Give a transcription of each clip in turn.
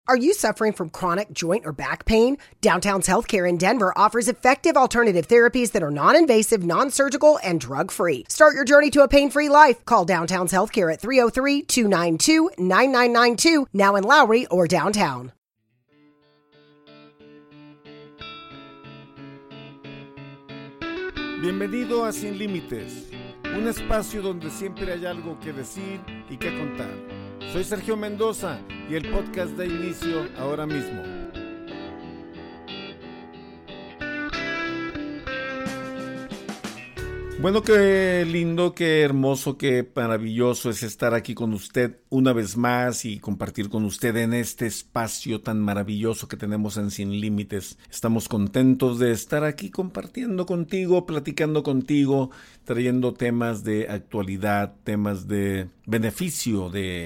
Are you suffering from chronic joint or back pain? Downtown's Healthcare in Denver offers effective alternative therapies that are non-invasive, non-surgical, and drug-free. Start your journey to a pain-free life. Call Downtown's Healthcare at 303-292-9992, now in Lowry or downtown. Bienvenido a Sin Límites, un espacio donde siempre hay algo que decir y que contar. Soy Sergio Mendoza y el podcast da inicio ahora mismo. Bueno, qué lindo, qué hermoso, qué maravilloso es estar aquí con usted una vez más y compartir con usted en este espacio tan maravilloso que tenemos en Sin Límites. Estamos contentos de estar aquí compartiendo contigo, platicando contigo, trayendo temas de actualidad, temas de beneficio,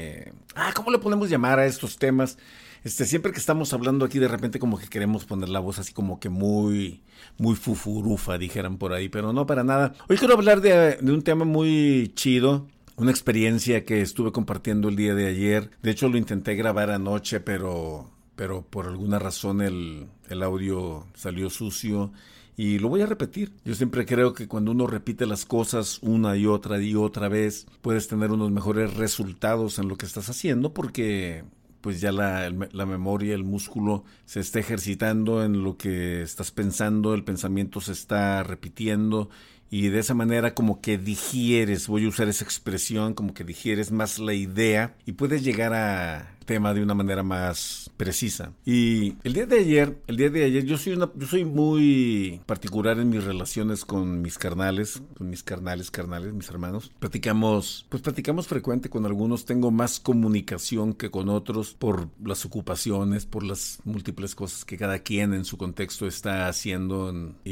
¿cómo le podemos llamar a estos temas? Siempre que estamos hablando aquí, de repente como que queremos poner la voz así como que muy fufurufa, dijeran por ahí, pero no para nada. Hoy quiero hablar de un tema muy chido, una experiencia que estuve compartiendo el día de ayer. De hecho, lo intenté grabar anoche, pero por alguna razón el audio salió sucio. Y lo voy a repetir. Yo siempre creo que cuando uno repite las cosas una y otra vez, puedes tener unos mejores resultados en lo que estás haciendo, porque pues ya la memoria, el músculo se está ejercitando en lo que estás pensando, el pensamiento se está repitiendo y de esa manera como que digieres, voy a usar esa expresión, como que digieres más la idea y puedes llegar a tema de una manera más precisa. Y el día de ayer yo soy muy particular en mis relaciones con mis carnales, mis hermanos. Platicamos frecuente con algunos, tengo más comunicación que con otros por las ocupaciones, por las múltiples cosas que cada quien en su contexto está haciendo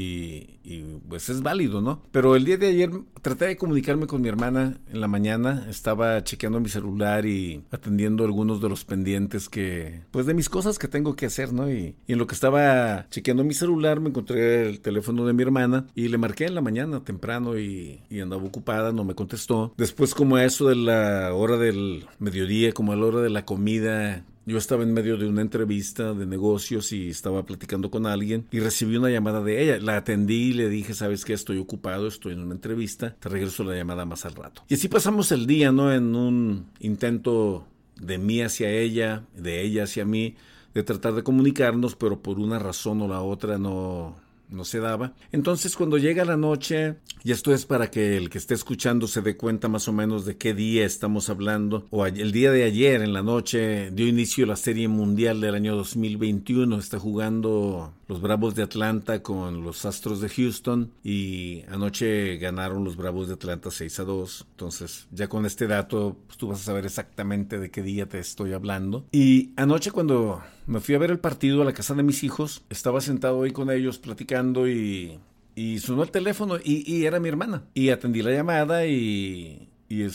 y pues es válido, ¿no? Pero el día de ayer traté de comunicarme con mi hermana en la mañana, estaba chequeando mi celular y atendiendo algunos de los pendientes pues de mis cosas que tengo que hacer, ¿no? Y en lo que estaba chequeando mi celular me encontré el teléfono de mi hermana y le marqué en la mañana temprano y andaba ocupada, no me contestó. Después, como a eso de la hora del mediodía, como a la hora de la comida, yo estaba en medio de una entrevista de negocios y estaba platicando con alguien y recibí una llamada de ella. La atendí y le dije, ¿sabes qué? Estoy ocupado, estoy en una entrevista, te regreso la llamada más al rato. Y así pasamos el día, ¿no? En un intento de mí hacia ella, de ella hacia mí, de tratar de comunicarnos, pero por una razón o la otra no se daba. Entonces, cuando llega la noche, y esto es para que el que esté escuchando se dé cuenta más o menos de qué día estamos hablando, el día de ayer en la noche dio inicio la Serie Mundial del año 2021, está jugando los Bravos de Atlanta con los Astros de Houston y anoche ganaron los Bravos de Atlanta 6-2, entonces ya con este dato pues, tú vas a saber exactamente de qué día te estoy hablando. Y anoche cuando me fui a ver el partido a la casa de mis hijos, estaba sentado ahí con ellos platicando y sonó el teléfono y era mi hermana. Y atendí la llamada y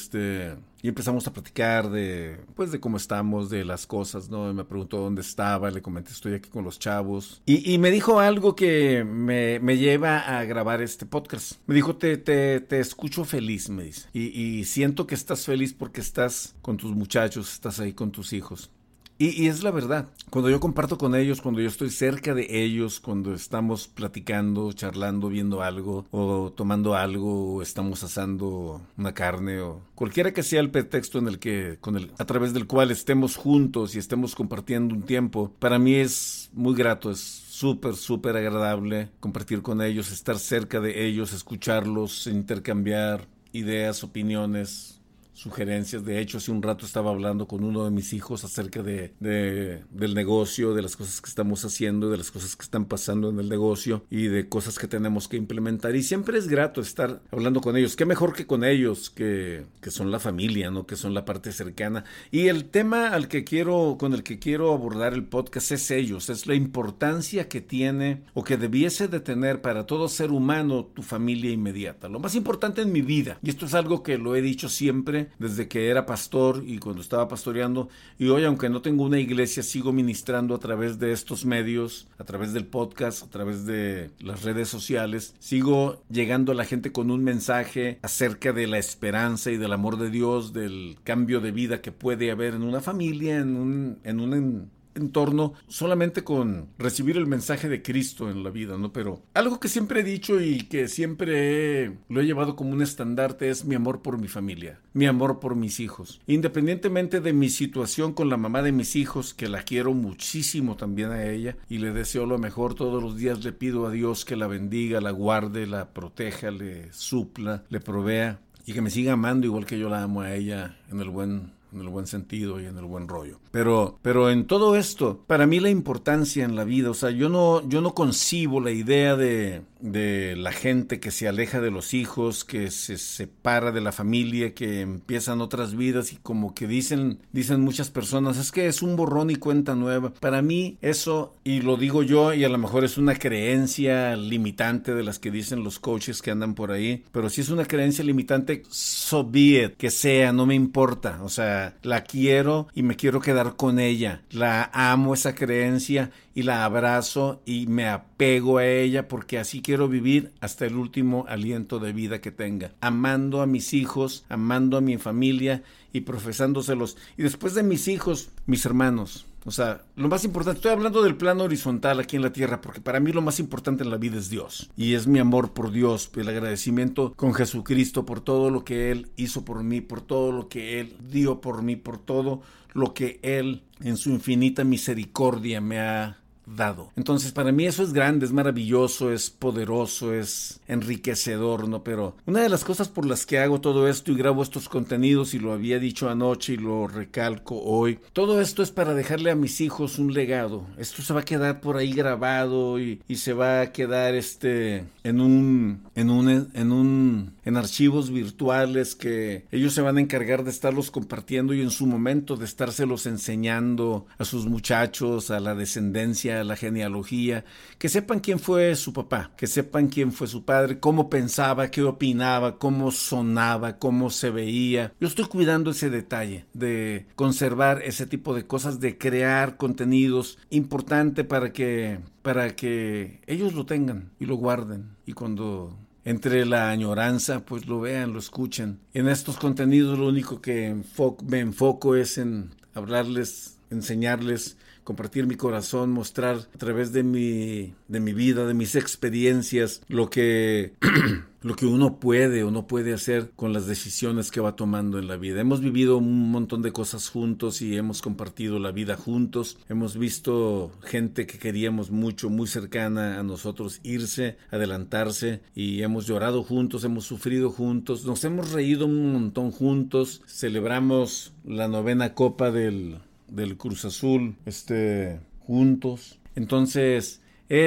empezamos a platicar de cómo estamos, de las cosas, ¿no? Me preguntó dónde estaba, le comenté, estoy aquí con los chavos. Y me dijo algo que me lleva a grabar este podcast. Me dijo, te escucho feliz, me dice. Y siento que estás feliz porque estás con tus muchachos, estás ahí con tus hijos. Y es la verdad, cuando yo comparto con ellos, cuando yo estoy cerca de ellos, cuando estamos platicando, charlando, viendo algo, o tomando algo, o estamos asando una carne, o cualquiera que sea el pretexto a través del cual estemos juntos y estemos compartiendo un tiempo, para mí es muy grato, es súper agradable compartir con ellos, estar cerca de ellos, escucharlos, intercambiar ideas, opiniones, sugerencias. De hecho, hace un rato estaba hablando con uno de mis hijos acerca del negocio, de las cosas que estamos haciendo, de las cosas que están pasando en el negocio y de cosas que tenemos que implementar. Y siempre es grato estar hablando con ellos. Qué mejor que con ellos, que son la familia, ¿no? Que son la parte cercana. Y el tema con el que quiero abordar el podcast es ellos, es la importancia que tiene o que debiese de tener para todo ser humano tu familia inmediata. Lo más importante en mi vida, y esto es algo que lo he dicho siempre desde que era pastor y cuando estaba pastoreando, y hoy, aunque no tengo una iglesia, sigo ministrando a través de estos medios, a través del podcast, a través de las redes sociales, sigo llegando a la gente con un mensaje acerca de la esperanza y del amor de Dios, del cambio de vida que puede haber en una familia, en un en torno solamente con recibir el mensaje de Cristo en la vida, ¿no? Pero algo que siempre he dicho y que siempre lo he llevado como un estandarte es mi amor por mi familia, mi amor por mis hijos. Independientemente de mi situación con la mamá de mis hijos, que la quiero muchísimo también a ella y le deseo lo mejor, todos los días le pido a Dios que la bendiga, la guarde, la proteja, le supla, le provea y que me siga amando igual que yo la amo a ella en el buen sentido y en el buen rollo. Pero en todo esto, para mí la importancia en la vida, o sea, yo no concibo la idea de la gente que se aleja de los hijos, que se separa de la familia, que empiezan otras vidas y como que dicen muchas personas, es que es un borrón y cuenta nueva. Para mí eso, y lo digo yo, y a lo mejor es una creencia limitante de las que dicen los coaches que andan por ahí, pero si es una creencia limitante, so be it, que sea, no me importa, o sea, la quiero y me quiero quedar con ella, la amo esa creencia y la abrazo y me apego a ella porque así quiero vivir hasta el último aliento de vida que tenga, amando a mis hijos, amando a mi familia y profesándoselos. Y después de mis hijos, mis hermanos. O sea, lo más importante, estoy hablando del plano horizontal aquí en la tierra, porque para mí lo más importante en la vida es Dios. Y es mi amor por Dios, el agradecimiento con Jesucristo por todo lo que Él hizo por mí, por todo lo que Él dio por mí, por todo lo que Él en su infinita misericordia me ha dado. Entonces para mí eso es grande, es maravilloso, es poderoso, es enriquecedor, ¿no? Pero una de las cosas por las que hago todo esto y grabo estos contenidos, y lo había dicho anoche y lo recalco hoy, todo esto es para dejarle a mis hijos un legado. Esto se va a quedar por ahí grabado y se va a quedar en archivos virtuales que ellos se van a encargar de estarlos compartiendo y en su momento de estárselos enseñando a sus muchachos, a la descendencia, a la genealogía, que sepan quién fue su papá, que sepan quién fue su padre, cómo pensaba, qué opinaba, cómo sonaba, cómo se veía. Yo estoy cuidando ese detalle de conservar ese tipo de cosas, de crear contenidos importante para que ellos lo tengan y lo guarden y cuando entre la añoranza, pues lo vean, lo escuchen. En estos contenidos lo único que me enfoco es en hablarles, enseñarles, compartir mi corazón, mostrar a través de mi vida, de mis experiencias, lo que uno puede o no puede hacer con las decisiones que va tomando en la vida. Hemos vivido un montón de cosas juntos y hemos compartido la vida juntos. Hemos visto gente que queríamos mucho, muy cercana a nosotros, irse, adelantarse, y hemos llorado juntos, hemos sufrido juntos, nos hemos reído un montón juntos. Celebramos la 9ª Copa del Cruz Azul, juntos. Entonces,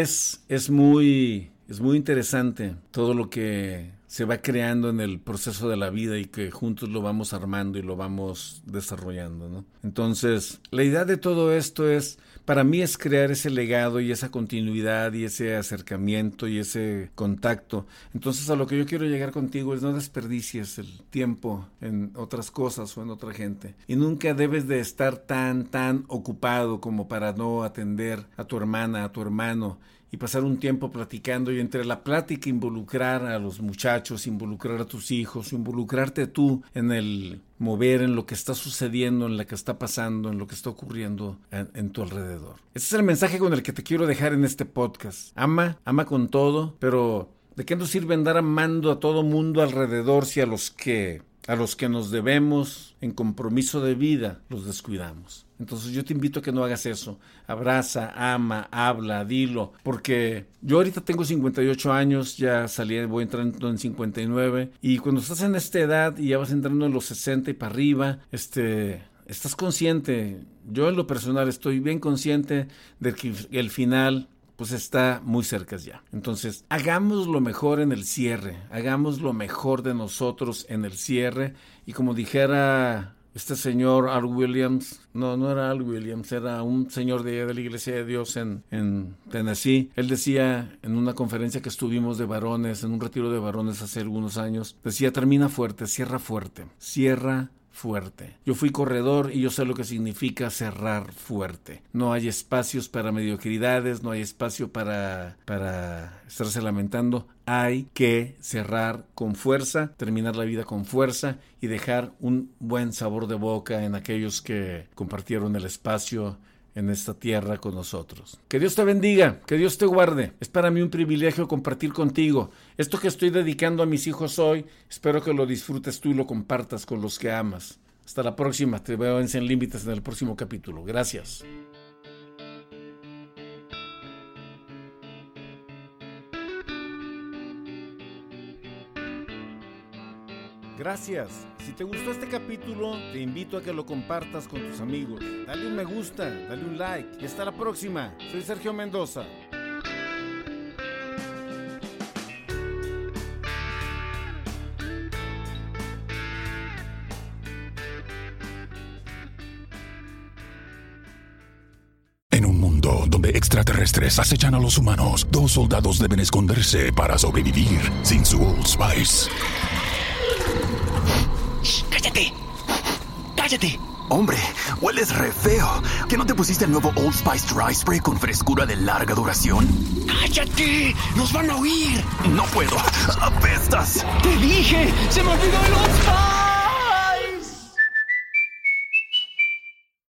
es muy interesante todo lo que se va creando en el proceso de la vida y que juntos lo vamos armando y lo vamos desarrollando, ¿no? Entonces, la idea de todo esto para mí es crear ese legado y esa continuidad y ese acercamiento y ese contacto. Entonces, a lo que yo quiero llegar contigo es no desperdicies el tiempo en otras cosas o en otra gente. Y nunca debes de estar tan ocupado como para no atender a tu hermana, a tu hermano, y pasar un tiempo platicando y entre la plática involucrar a los muchachos, involucrar a tus hijos, involucrarte tú en el mover, en lo que está sucediendo, en lo que está pasando, en lo que está ocurriendo en tu alrededor. Ese es el mensaje con el que te quiero dejar en este podcast. Ama con todo, pero ¿de qué nos sirve andar amando a todo mundo alrededor si a los que nos debemos en compromiso de vida los descuidamos? Entonces yo te invito a que no hagas eso. Abraza, ama, habla, dilo. Porque yo ahorita tengo 58 años, ya voy entrando en 59. Y cuando estás en esta edad y ya vas entrando en los 60 y para arriba, estás consciente. Yo en lo personal estoy bien consciente de que el final pues está muy cerca ya. Entonces, hagamos lo mejor en el cierre. Hagamos lo mejor de nosotros en el cierre. Y como dijera este señor Al Williams, no era Al Williams, era un señor de la Iglesia de Dios en Tennessee. Él decía en una conferencia que estuvimos de varones, en un retiro de varones hace algunos años, decía: termina fuerte, cierra fuerte, cierra fuerte. Yo fui corredor y yo sé lo que significa cerrar fuerte. No hay espacios para mediocridades, no hay espacio para estarse lamentando. Hay que cerrar con fuerza, terminar la vida con fuerza y dejar un buen sabor de boca en aquellos que compartieron el espacio en esta tierra con nosotros. Que Dios te bendiga, que Dios te guarde. Es para mí un privilegio compartir contigo. Esto que estoy dedicando a mis hijos hoy, espero que lo disfrutes tú y lo compartas con los que amas. Hasta la próxima, te veo en Sin Límites en el próximo capítulo. Gracias. Gracias. Si te gustó este capítulo, te invito a que lo compartas con tus amigos. Dale un me gusta, dale un like y hasta la próxima. Soy Sergio Mendoza. En un mundo donde extraterrestres acechan a los humanos, 2 soldados deben esconderse para sobrevivir sin su Old Spice. ¡Cállate! ¡Cállate! Hombre, hueles re feo. ¿Que no te pusiste el nuevo Old Spice Dry Spray con frescura de larga duración? ¡Cállate! ¡Nos van a oír! No puedo. ¡Apestas! ¡Te dije! ¡Se me olvidó el Old Spice!